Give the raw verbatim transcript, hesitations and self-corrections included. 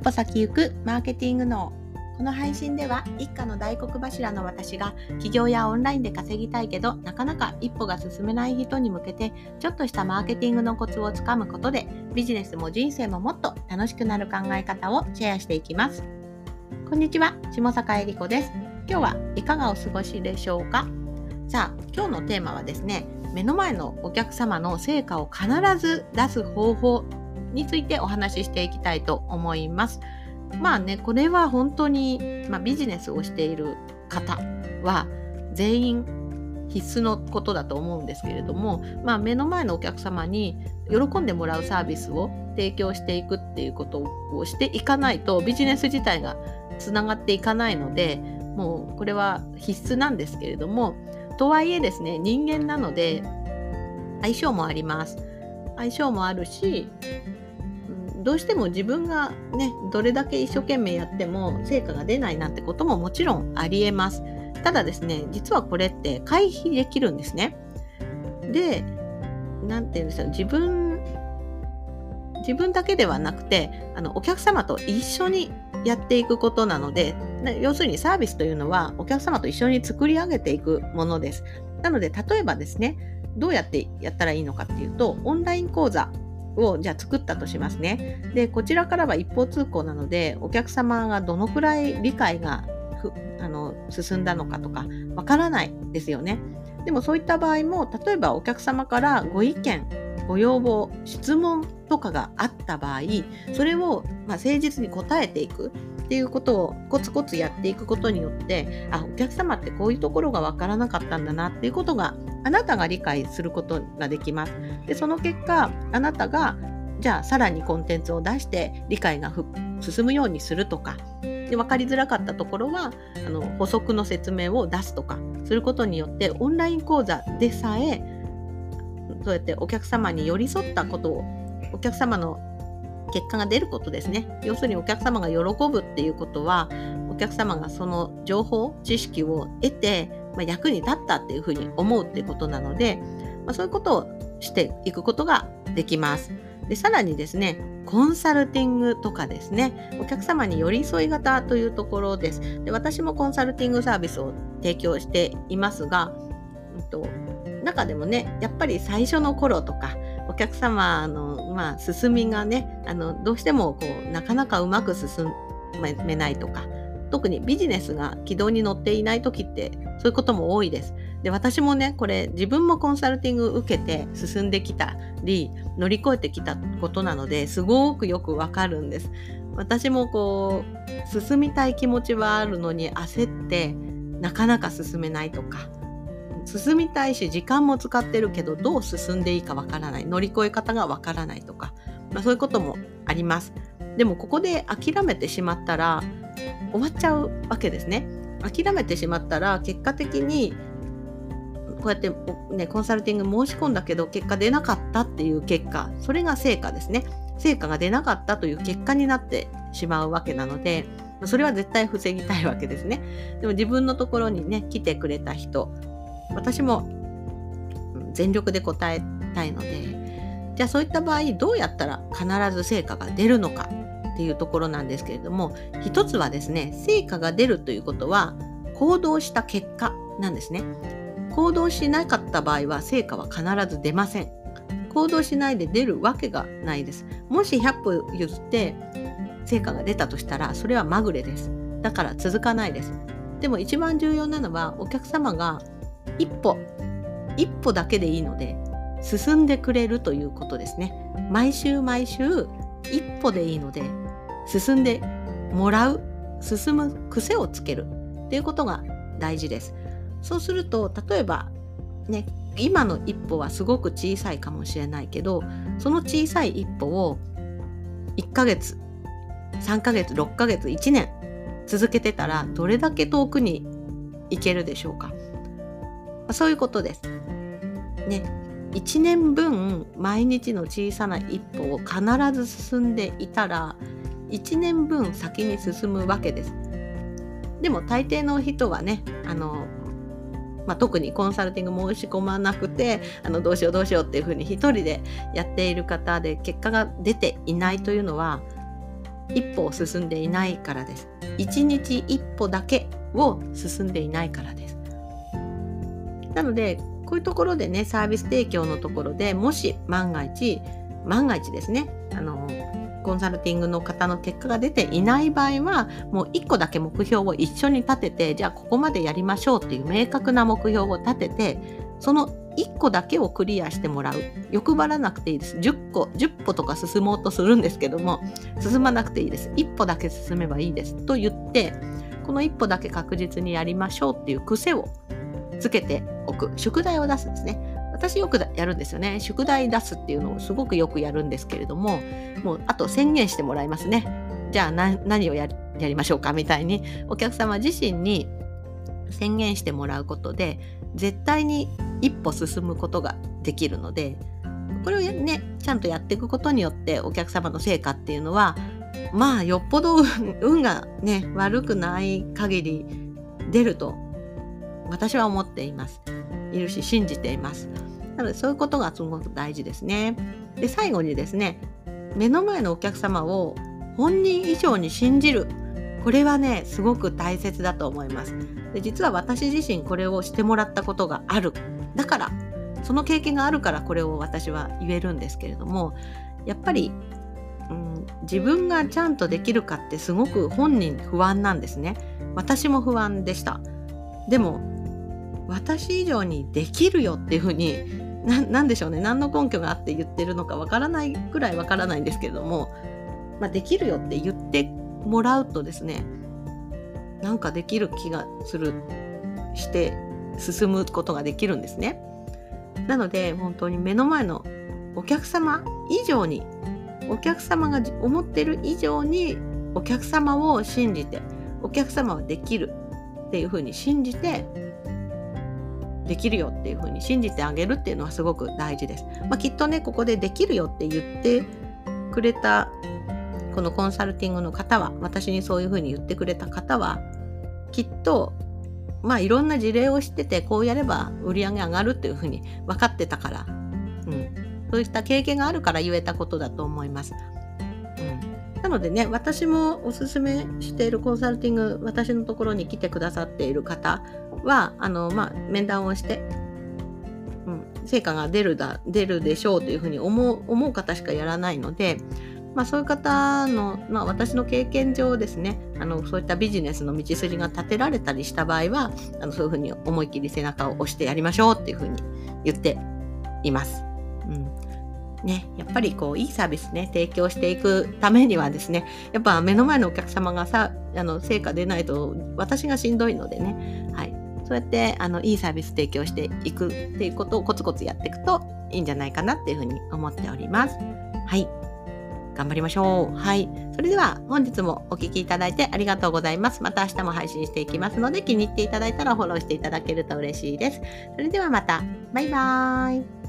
歩先行くマーケティング脳。この配信では一家の大黒柱の私が起業やオンラインで稼ぎたいけどなかなか一歩が進めない人に向けてちょっとしたマーケティングのコツをつかむことでビジネスも人生ももっと楽しくなる考え方をシェアしていきます。こんにちは、下坂恵理子です。今日はいかがお過ごしでしょうか。さあ、今日のテーマはですね、目の前のお客様の成果を必ず出す方法についてお話ししていきたいと思います。まあね、これは本当に、まあ、ビジネスをしている方は全員必須のことだと思うんですけれども、まあ、目の前のお客様に喜んでもらうサービスを提供していくっていうことをしていかないとビジネス自体がつながっていかないので、もうこれは必須なんですけれども、とはいえですね、人間なので相性もあります。相性もあるし、どうしても自分がね、どれだけ一生懸命やっても成果が出ないなんてことももちろんありえます。ただですね、実はこれって回避できるんですね。で、なんていうんですか、自分自分だけではなくて、あのお客様と一緒にやっていくことなので、要するにサービスというのはお客様と一緒に作り上げていくものです。なので、例えばですね、どうやってやったらいいのかっていうと、オンライン講座をじゃあ作ったとしますね。で、こちらからは一方通行なので、お客様がどのくらい理解があの進んだのかとかわからないですよね。でもそういった場合も、例えばお客様からご意見、ご要望、質問とかがあった場合、それをまあ誠実に答えていくっていうことをコツコツやっていくことによって、あ、お客様ってこういうところがわからなかったんだなっていうことがあなたが理解することができます。で、その結果、あなたがじゃあさらにコンテンツを出して理解が進むようにするとか、で分かりづらかったところはあの補足の説明を出すとかすることによって、オンライン講座でさえそうやってお客様に寄り添ったことを、お客様の結果が出ることですね。要するにお客様が喜ぶっていうことは、お客様がその情報、知識を得て、まあ、役に立ったっていうふうに思うっていうことなので、まあ、そういうことをしていくことができます。で、さらにですね、コンサルティングとかですね、お客様に寄り添い型というところです。で、私もコンサルティングサービスを提供していますが、うんと、中でもね、やっぱり最初の頃とか、お客様の、まあ、進みがね、あのどうしてもこうなかなかうまく進めないとか、特にビジネスが軌道に乗っていない時ってそういうことも多いです。で、私もね、これ自分もコンサルティング受けて進んできたり乗り越えてきたことなので、すごくよくわかるんです。私もこう進みたい気持ちはあるのに焦ってなかなか進めないとか、進みたいし時間も使ってるけどどう進んでいいかわからない、乗り越え方がわからないとか、まあ、そういうこともあります。でもここで諦めてしまったら終わっちゃうわけですね。諦めてしまったら結果的にこうやって、ね、コンサルティング申し込んだけど結果出なかったっていう結果、それが成果ですね。成果が出なかったという結果になってしまうわけなので、それは絶対防ぎたいわけですね。でも自分のところにね、来てくれた人、私も全力で答えたいので、じゃあそういった場合どうやったら必ず成果が出るのかっていうところなんですけれども、一つはですね、成果が出るということは行動した結果なんですね。行動しなかった場合は成果は必ず出ません。行動しないで出るわけがないです。もしひゃっぽ譲って成果が出たとしたら、それはまぐれです。だから続かないです。でも一番重要なのは、お客様が一歩一歩だけでいいので進んでくれるということですね。毎週毎週一歩でいいので進んでもらう、進む癖をつけるっていうことが大事です。そうすると、例えばね、今の一歩はすごく小さいかもしれないけど、その小さい一歩をいっかげつ、さんかげつ、ろっかげつ、いちねん続けてたらどれだけ遠くに行けるでしょうか。そういうことです。ね、いちねんぶん毎日の小さな一歩を必ず進んでいたら、いちねんぶん先に進むわけです。でも大抵の人はね、あの、まあ、特にコンサルティング申し込まなくて、あのどうしようどうしようっていうふうに一人でやっている方で結果が出ていないというのは、 一歩を進んでいないからです。一日一歩だけを進んでいないからです。なのでこういうところでね、サービス提供のところでもし万が一万が一ですね、あのコンサルティングの方の結果が出ていない場合は、もういっこだけ目標を一緒に立てて、じゃあここまでやりましょうっていう明確な目標を立てて、そのいっこだけをクリアしてもらう。欲張らなくていいです。じゅっこ、じゅっぽとか進もうとするんですけども、進まなくていいです。いっぽだけ進めばいいですと言って、このいっぽだけ確実にやりましょうっていう癖をつけておく。宿題を出すんですね。私よくやるんですよね。宿題出すっていうのをすごくよくやるんですけれども、もうあと宣言してもらいますね。じゃあ何、何をやり、やりましょうかみたいに、お客様自身に宣言してもらうことで、絶対に一歩進むことができるので、これをね、ちゃんとやっていくことによってお客様の成果っていうのは、まあよっぽど運がね、悪くない限り出ると私は思っています。いるし信じています。なのでそういうことがすごく大事ですね。で、最後にですね、目の前のお客様を本人以上に信じる。これはね、すごく大切だと思います。で、実は私自身これをしてもらったことがある。だから、その経験があるからこれを私は言えるんですけれども、やっぱり、うん、自分がちゃんとできるかってすごく本人不安なんですね。私も不安でした。でも、私以上にできるよっていうふうにな、なんでしょうね、何の根拠があって言ってるのかわからないくらいわからないんですけれども、まあ、できるよって言ってもらうとですね、なんかできる気がするして進むことができるんですね。なので本当に目の前のお客様以上に、お客様が思ってる以上にお客様を信じて、お客様はできるっていうふうに信じて、できるよっていうふうに信じてあげるっていうのはすごく大事です。まあ、きっとね、ここでできるよって言ってくれたこのコンサルティングの方は、私にそういうふうに言ってくれた方は、きっとまあいろんな事例を知ってて、こうやれば売り上げ上がるっていうふうに分かってたから、うん、そういった経験があるから言えたことだと思います。うん、なのでね、私もおすすめしているコンサルティング、私のところに来てくださっている方は、あの、まあ、面談をして、うん、成果が出るだ、出るでしょうというふうに思う、思う方しかやらないので、まあ、そういう方の、まあ、私の経験上ですね、あのそういったビジネスの道筋が立てられたりした場合は、あのそういうふうに思い切り背中を押してやりましょうっていうふうに言っています。うんね、やっぱりこういいサービスね、提供していくためにはですね、やっぱ目の前のお客様がさ、あの成果出ないと私がしんどいのでね、はい、そうやってあのいいサービス提供していくっていうことをコツコツやっていくといいんじゃないかなっていうふうに思っております。はい。頑張りましょう。はい。それでは本日もお聞きいただいてありがとうございます。また明日も配信していきますので、気に入っていただいたらフォローしていただけると嬉しいです。それではまた。バイバーイ。